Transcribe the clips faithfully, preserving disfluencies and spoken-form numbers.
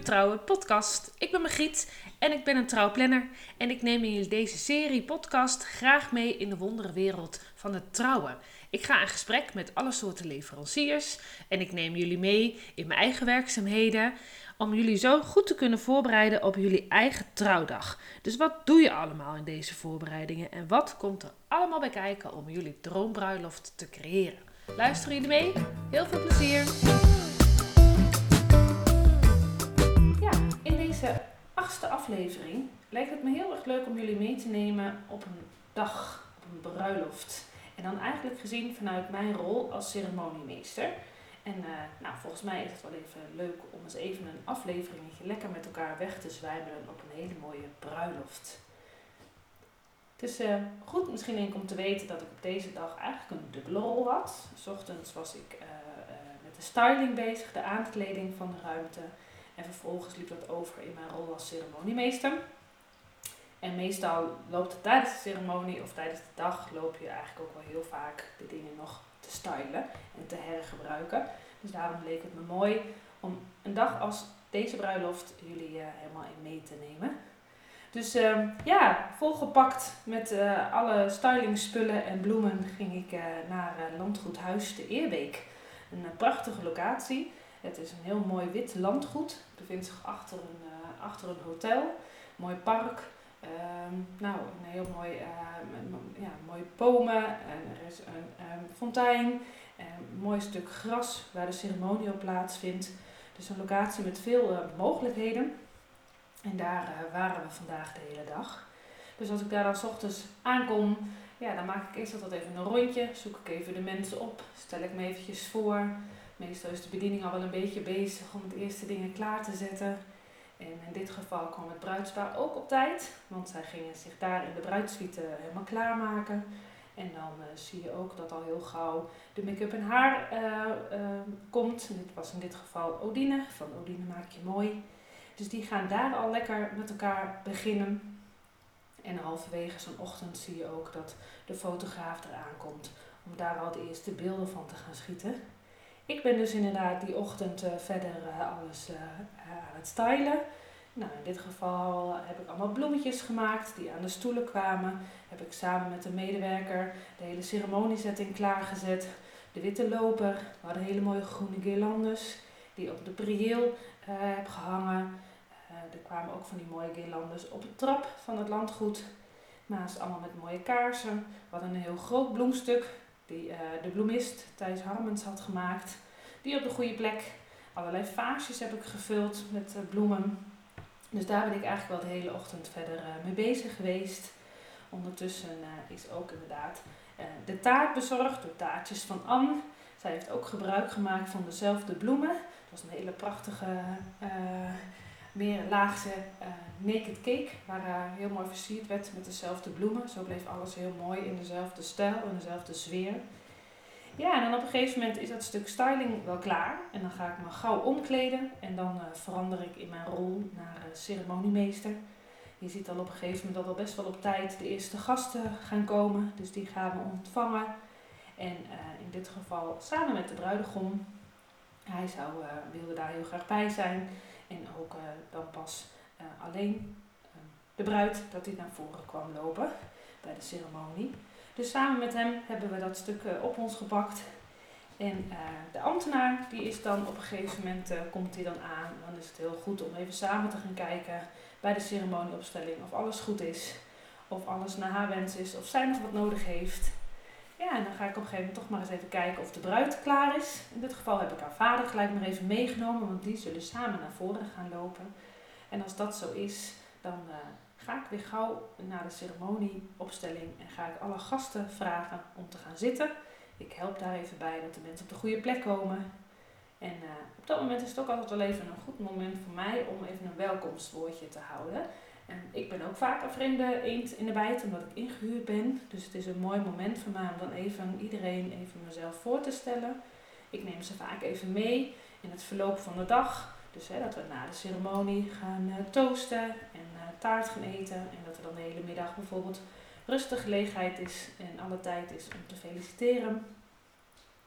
Trouwen podcast. Ik ben Margriet en ik ben een trouwplanner. En ik neem in deze serie podcast graag mee in de wonderenwereld van het trouwen. Ik ga in gesprek met alle soorten leveranciers. En ik neem jullie mee in mijn eigen werkzaamheden. Om jullie zo goed te kunnen voorbereiden op jullie eigen trouwdag. Dus wat doe je allemaal in deze voorbereidingen? En wat komt er allemaal bij kijken om jullie droombruiloft te creëren? Luisteren jullie mee? Heel veel plezier! Ja, in deze achtste aflevering lijkt het me heel erg leuk om jullie mee te nemen op een dag, op een bruiloft. En dan eigenlijk gezien vanuit mijn rol als ceremoniemeester. En uh, nou, volgens mij is het wel even leuk om eens even een afleveringetje lekker met elkaar weg te zwijmelen op een hele mooie bruiloft. Het is uh, goed misschien denk ik om te weten dat ik op deze dag eigenlijk een dubbele rol had. 's Ochtends was ik uh, uh, met de styling bezig, de aankleding van de ruimte. En vervolgens liep dat over in mijn rol als ceremoniemeester. En meestal loopt het tijdens de ceremonie of tijdens de dag loop je eigenlijk ook wel heel vaak de dingen nog te stylen en te hergebruiken. Dus daarom leek het me mooi om een dag als deze bruiloft jullie uh, helemaal in mee te nemen. Dus uh, ja, volgepakt met uh, alle stylingspullen en bloemen ging ik uh, naar uh, Landgoed Huis de Eerbeek. Een uh, prachtige locatie. Het is een heel mooi wit landgoed. Het bevindt zich achter een, uh, achter een hotel. Mooi park. Uh, nou, een heel mooi, uh, ja, mooie bomen. En er is een um, fontein. Een mooi stuk gras waar de ceremonie op plaatsvindt. Dus een locatie met veel uh, mogelijkheden. En daar uh, waren we vandaag de hele dag. Dus als ik daar dan 's ochtends aankom, ja, dan maak ik eerst altijd even een rondje. Zoek ik even de mensen op. Stel ik me eventjes voor. Meestal is de bediening al wel een beetje bezig om de eerste dingen klaar te zetten. En in dit geval kwam het bruidspaar ook op tijd. Want zij gingen zich daar in de bruidssuite helemaal klaarmaken. En dan uh, zie je ook dat al heel gauw de make-up en haar uh, uh, komt. En dit was in dit geval Odine. Van Odine maak je mooi. Dus die gaan daar al lekker met elkaar beginnen. En halverwege zo'n ochtend zie je ook dat de fotograaf eraan komt. Om daar al de eerste beelden van te gaan schieten. Ik ben dus inderdaad die ochtend uh, verder uh, alles uh, aan het stylen. Nou, in dit geval heb ik allemaal bloemetjes gemaakt die aan de stoelen kwamen. Heb ik samen met de medewerker de hele ceremoniesetting klaargezet. De witte loper, we hadden hele mooie groene guirlandes die op de prieel uh, heb gehangen. Uh, er kwamen ook van die mooie guirlandes op de trap van het landgoed. Naast allemaal met mooie kaarsen. We hadden een heel groot bloemstuk die uh, de bloemist Thijs Harmens had gemaakt. Die op de goede plek. Allerlei vaasjes heb ik gevuld met uh, bloemen. Dus daar ben ik eigenlijk wel de hele ochtend verder uh, mee bezig geweest. Ondertussen uh, is ook inderdaad uh, de taart bezorgd door Taartjes van Anne. Zij heeft ook gebruik gemaakt van dezelfde bloemen. Het was een hele prachtige uh, meerlaagse uh, naked cake. Waar uh, heel mooi versierd werd met dezelfde bloemen. Zo bleef alles heel mooi in dezelfde stijl en dezelfde sfeer. Ja, en dan op een gegeven moment is dat stuk styling wel klaar. En dan ga ik me gauw omkleden. En dan uh, verander ik in mijn rol naar uh, ceremoniemeester. Je ziet al op een gegeven moment dat al best wel op tijd de eerste gasten gaan komen. Dus die gaan we ontvangen. En uh, in dit geval samen met de bruidegom. Hij zou, uh, wilde daar heel graag bij zijn. En ook uh, dan pas uh, alleen uh, de bruid dat hij naar voren kwam lopen bij de ceremonie. Dus samen met hem hebben we dat stuk uh, op ons gepakt. En uh, de ambtenaar die is dan op een gegeven moment uh, komt hij dan aan. Dan is het heel goed om even samen te gaan kijken bij de ceremonieopstelling of alles goed is. Of alles naar haar wens is of zij nog wat nodig heeft. Ja, en dan ga ik op een gegeven moment toch maar eens even kijken of de bruid klaar is. In dit geval heb ik haar vader gelijk nog even meegenomen, want die zullen samen naar voren gaan lopen. En als dat zo is, dan uh, ga ik weer gauw naar de ceremonieopstelling en ga ik alle gasten vragen om te gaan zitten. Ik help daar even bij dat de mensen op de goede plek komen. En uh, op dat moment is het ook altijd wel even een goed moment voor mij om even een welkomstwoordje te houden. En ik ben ook vaak een vreemde eend in de bijt, omdat ik ingehuurd ben. Dus het is een mooi moment voor mij om dan even iedereen even mezelf voor te stellen. Ik neem ze vaak even mee in het verloop van de dag. Dus hè, dat we na de ceremonie gaan uh, toasten en uh, taart gaan eten. En dat er dan de hele middag bijvoorbeeld rustige gelegenheid is en alle tijd is om te feliciteren.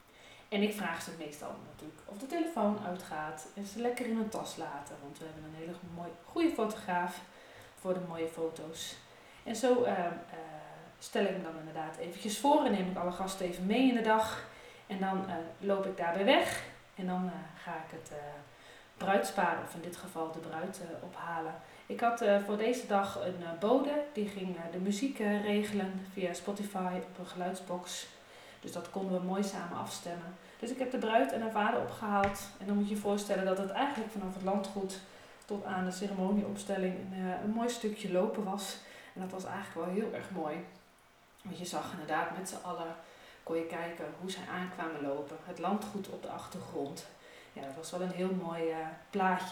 En ik vraag ze meestal natuurlijk of de telefoon uitgaat en ze lekker in hun tas laten. Want we hebben een hele mooie, goede fotograaf voor de mooie foto's. En zo uh, uh, stel ik me dan inderdaad eventjes voor en neem ik alle gasten even mee in de dag. En dan uh, loop ik daarbij weg en dan uh, ga ik het uh, bruidspaar, of in dit geval de bruid, uh, ophalen. Ik had uh, voor deze dag een uh, bode, die ging uh, de muziek uh, regelen via Spotify op een geluidsbox. Dus dat konden we mooi samen afstemmen. Dus ik heb de bruid en haar vader opgehaald. En dan moet je je voorstellen dat het eigenlijk vanaf het landgoed tot aan de ceremonieopstelling een, uh, een mooi stukje lopen was. En dat was eigenlijk wel heel erg mooi. Want je zag inderdaad met z'n allen, kon je kijken hoe zij aankwamen lopen. Het landgoed op de achtergrond. Ja, dat was wel een heel mooi uh, plaatje.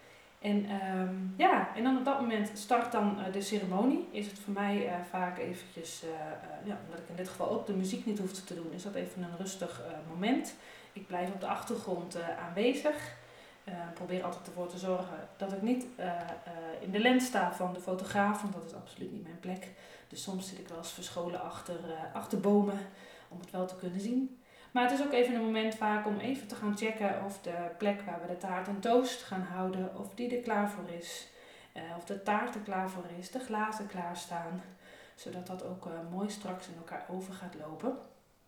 En um, ja, en dan op dat moment start dan uh, de ceremonie. Is het voor mij uh, vaak eventjes, uh, uh, ja, omdat ik in dit geval ook de muziek niet hoefde te doen, is dat even een rustig uh, moment. Ik blijf op de achtergrond uh, aanwezig. Uh, probeer altijd ervoor te zorgen dat ik niet uh, uh, in de lens sta van de fotograaf, want dat is absoluut niet mijn plek. Dus soms zit ik wel eens verscholen achter, uh, achter bomen om het wel te kunnen zien. Maar het is ook even een moment vaak om even te gaan checken of de plek waar we de taart en toast gaan houden, of die er klaar voor is. Uh, of de taart er klaar voor is, de glazen klaarstaan. Zodat dat ook uh, mooi straks in elkaar over gaat lopen.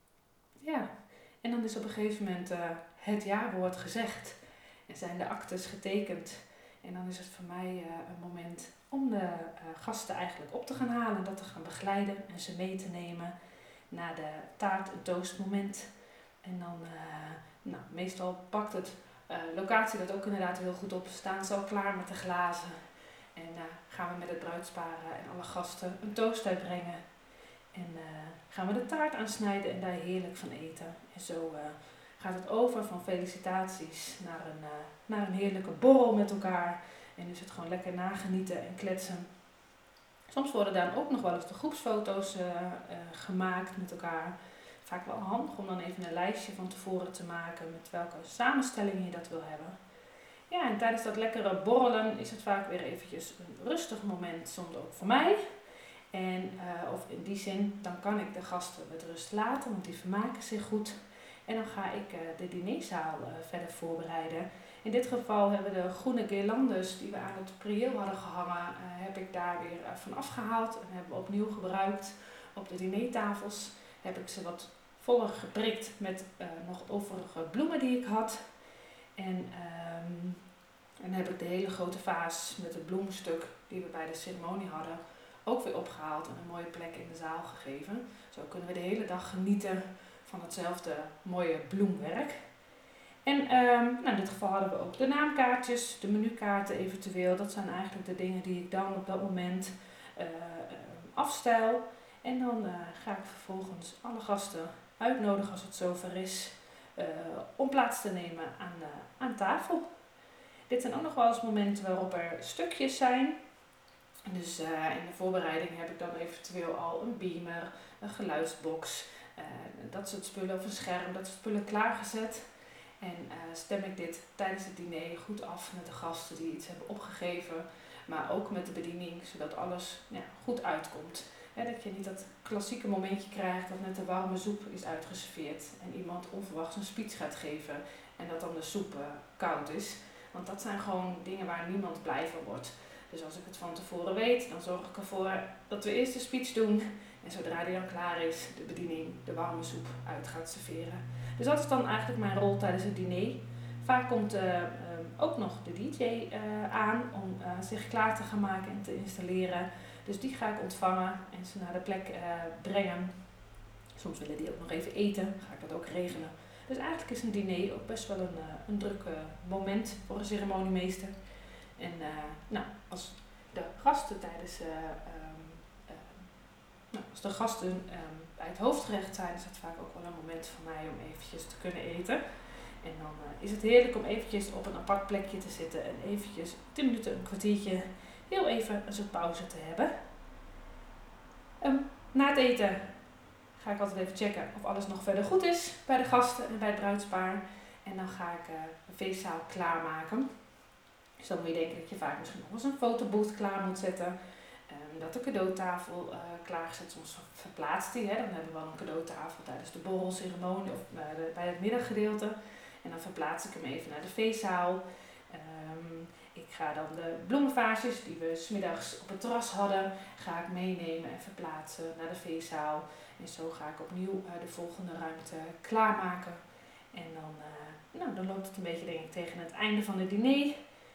Ja, en dan is op een gegeven moment uh, het jawoord gezegd. En zijn de actes getekend. En dan is het voor mij uh, een moment om de uh, gasten eigenlijk op te gaan halen. Dat te gaan begeleiden en ze mee te nemen naar de taart en toast moment. En dan, uh, nou, meestal pakt het uh, locatie dat ook inderdaad heel goed op. Staan ze al klaar met de glazen. En uh, gaan we met het bruidspaar en alle gasten een toast uitbrengen. En uh, gaan we de taart aansnijden en daar heerlijk van eten. En zo uh, gaat het over van felicitaties naar een, uh, naar een heerlijke borrel met elkaar. En is het gewoon lekker nagenieten en kletsen. Soms worden dan ook nog wel eens de groepsfoto's uh, uh, gemaakt met elkaar. Vaak wel handig om dan even een lijstje van tevoren te maken met welke samenstelling je dat wil hebben. Ja, en tijdens dat lekkere borrelen is het vaak weer eventjes een rustig moment, soms ook voor mij. En uh, of in die zin, dan kan ik de gasten met rust laten, want die vermaken zich goed. En dan ga ik uh, de dinerzaal uh, verder voorbereiden. In dit geval hebben we de groene guirlandes die we aan het prieel hadden gehangen, uh, heb ik daar weer uh, van afgehaald en hebben we opnieuw gebruikt. Op de dinertafels heb ik ze wat voller geprikt met uh, nog overige bloemen die ik had. En um, dan heb ik de hele grote vaas met het bloemstuk die we bij de ceremonie hadden ook weer opgehaald en een mooie plek in de zaal gegeven. Zo kunnen we de hele dag genieten van hetzelfde mooie bloemwerk. En um, nou in dit geval hadden we ook de naamkaartjes, de menukaarten eventueel. Dat zijn eigenlijk de dingen die ik dan op dat moment uh, uh, afstel. En dan uh, ga ik vervolgens alle gasten uitnodigen als het zover is uh, om plaats te nemen aan, uh, aan tafel. Dit zijn ook nog wel eens momenten waarop er stukjes zijn. Dus uh, in de voorbereiding heb ik dan eventueel al een beamer, een geluidsbox, uh, dat soort spullen of een scherm, dat soort spullen klaargezet. En uh, stem ik dit tijdens het diner goed af met de gasten die iets hebben opgegeven, maar ook met de bediening, zodat alles ja, goed uitkomt. He, dat je niet dat klassieke momentje krijgt dat net de warme soep is uitgeserveerd en iemand onverwachts een speech gaat geven en dat dan de soep uh, koud is. Want dat zijn gewoon dingen waar niemand blij van wordt. Dus als ik het van tevoren weet, dan zorg ik ervoor dat we eerst de speech doen. En zodra die dan klaar is, de bediening de warme soep uit gaat serveren. Dus dat is dan eigenlijk mijn rol tijdens het diner. Vaak komt uh, uh, ook nog de D J uh, aan om uh, zich klaar te gaan maken en te installeren. Dus die ga ik ontvangen en ze naar de plek uh, brengen. Soms willen die ook nog even eten, ga ik dat ook regelen. Dus eigenlijk is een diner ook best wel een, uh, een druk uh, moment voor een ceremoniemeester. En uh, nou, als de gasten tijdens, uh, um, uh, nou, als de gasten um, bij het hoofdgerecht zijn, is dat vaak ook wel een moment voor mij om eventjes te kunnen eten. En dan uh, is het heerlijk om eventjes op een apart plekje te zitten en eventjes tien minuten, een kwartiertje, heel even een soort pauze te hebben. Um, na het eten ga ik altijd even checken of alles nog verder goed is bij de gasten en bij het bruidspaar. En dan ga ik uh, de feestzaal klaarmaken. Dus dan moet je denken dat je vaak misschien nog eens een fotobooth klaar moet zetten. Um, dat de cadeautafel uh, klaargezet. Soms verplaatst die. Hè. Dan hebben we wel een cadeautafel tijdens de borrelceremonie of uh, de, bij het middaggedeelte. En dan verplaats ik hem even naar de feestzaal. Um, ik ga dan de bloemenvaasjes die we 's middags op het terras hadden, ga ik meenemen en verplaatsen naar de feestzaal. En zo ga ik opnieuw uh, de volgende ruimte klaarmaken. En dan, uh, nou, dan loopt het een beetje denk ik tegen het einde van het diner.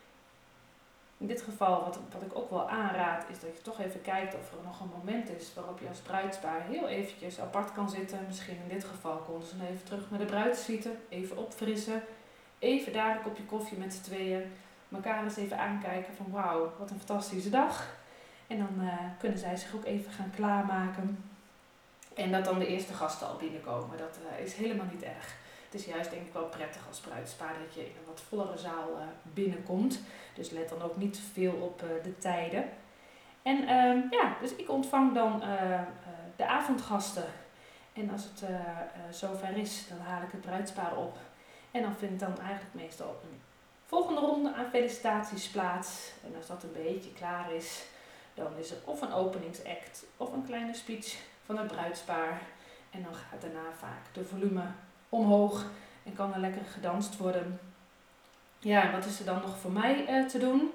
In dit geval, wat, wat ik ook wel aanraad, is dat je toch even kijkt of er nog een moment is waarop je als bruidspaar heel eventjes apart kan zitten. Misschien in dit geval konden ze dan even terug naar de bruidssuite, even opfrissen. Even daar een kopje koffie met z'n tweeën. Elkaar eens even aankijken van wauw, wat een fantastische dag. En dan uh, kunnen zij zich ook even gaan klaarmaken. En dat dan de eerste gasten al binnenkomen, dat uh, is helemaal niet erg. Het is juist denk ik wel prettig als bruidspaar dat je in een wat vollere zaal uh, binnenkomt. Dus let dan ook niet te veel op uh, de tijden. En uh, ja, dus ik ontvang dan uh, uh, de avondgasten. En als het uh, uh, zover is, dan haal ik het bruidspaar op. En dan vindt dan eigenlijk meestal een volgende ronde aan felicitaties plaats. En als dat een beetje klaar is, dan is er of een openingsact of een kleine speech van het bruidspaar. En dan gaat daarna vaak de volume omhoog en kan er lekker gedanst worden. Ja, wat is er dan nog voor mij uh, te doen?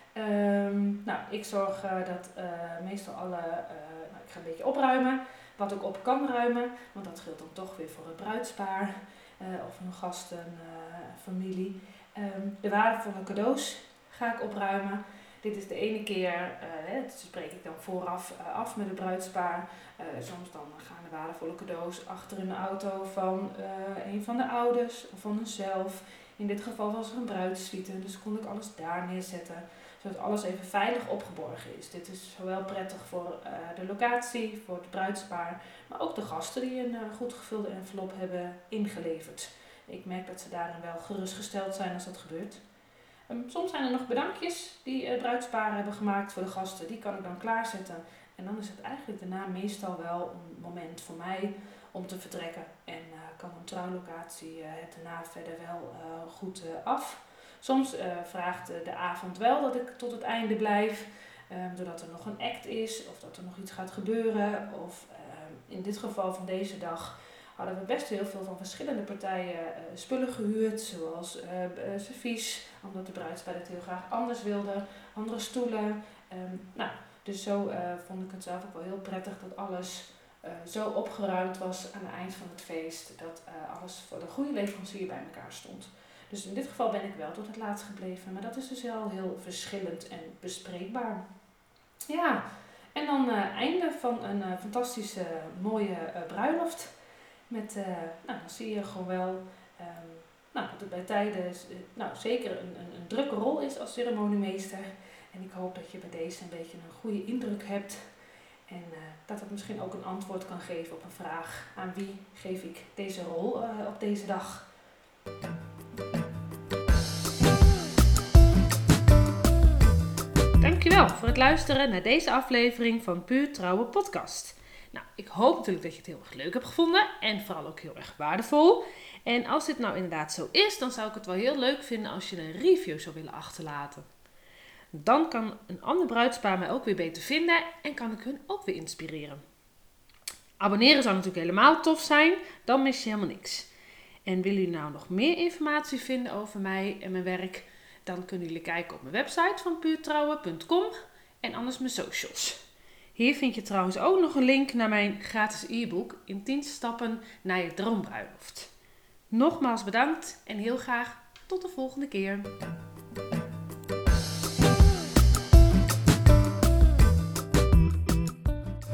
Um, nou, ik zorg uh, dat uh, meestal alle, uh, nou, ik ga een beetje opruimen, wat ik op kan ruimen, want dat geldt dan toch weer voor het bruidspaar uh, of hun gasten, uh, familie. Um, de waardevolle cadeaus ga ik opruimen. Dit is de ene keer, uh, dat spreek ik dan vooraf uh, af met het bruidspaar. Uh, soms dan gaan de waardevolle cadeaus achter in de auto van uh, een van de ouders of van hunzelf. In dit geval was er een bruidssuite, dus kon ik alles daar neerzetten. Zodat alles even veilig opgeborgen is. Dit is zowel prettig voor uh, de locatie, voor het bruidspaar, maar ook de gasten die een uh, goed gevulde envelop hebben ingeleverd. Ik merk dat ze daarin wel gerustgesteld zijn als dat gebeurt. Um, soms zijn er nog bedankjes die het bruidspaar hebben gemaakt voor de gasten. Die kan ik dan klaarzetten. En dan is het eigenlijk daarna meestal wel een moment voor mij om te vertrekken. En uh, kan een trouwlocatie uh, het daarna verder wel uh, goed uh, af. Soms uh, vraagt uh, de avond wel dat ik tot het einde blijf. Um, doordat er nog een act is of dat er nog iets gaat gebeuren. Of uh, in dit geval van deze dag hadden we best heel veel van verschillende partijen uh, spullen gehuurd. Zoals uh, uh, servies, omdat de bruidspaar het heel graag anders wilde. Andere stoelen. Um, nou, dus zo uh, vond ik het zelf ook wel heel prettig dat alles uh, zo opgeruimd was aan het eind van het feest. Dat uh, alles voor de goede leverancier bij elkaar stond. Dus in dit geval ben ik wel tot het laatst gebleven. Maar dat is dus wel heel verschillend en bespreekbaar. Ja, en dan uh, einde van een uh, fantastische mooie uh, bruiloft. Met, uh, nou, dan zie je gewoon wel um, nou, dat het bij tijden uh, nou, zeker een, een, een drukke rol is als ceremoniemeester. En ik hoop dat je bij deze een beetje een goede indruk hebt. En uh, dat het misschien ook een antwoord kan geven op een vraag. Aan wie geef ik deze rol uh, op deze dag? Dankjewel voor het luisteren naar deze aflevering van Puur Trouwen Podcast. Nou, ik hoop natuurlijk dat je het heel erg leuk hebt gevonden en vooral ook heel erg waardevol. En als dit nou inderdaad zo is, dan zou ik het wel heel leuk vinden als je een review zou willen achterlaten. Dan kan een ander bruidspaar mij ook weer beter vinden en kan ik hun ook weer inspireren. Abonneren zou natuurlijk helemaal tof zijn, dan mis je helemaal niks. En willen jullie nou nog meer informatie vinden over mij en mijn werk, dan kunnen jullie kijken op mijn website van puurtrouwen punt com en anders mijn socials. Hier vind je trouwens ook nog een link naar mijn gratis e-book in tien stappen naar je droombruiloft. Nogmaals bedankt en heel graag tot de volgende keer.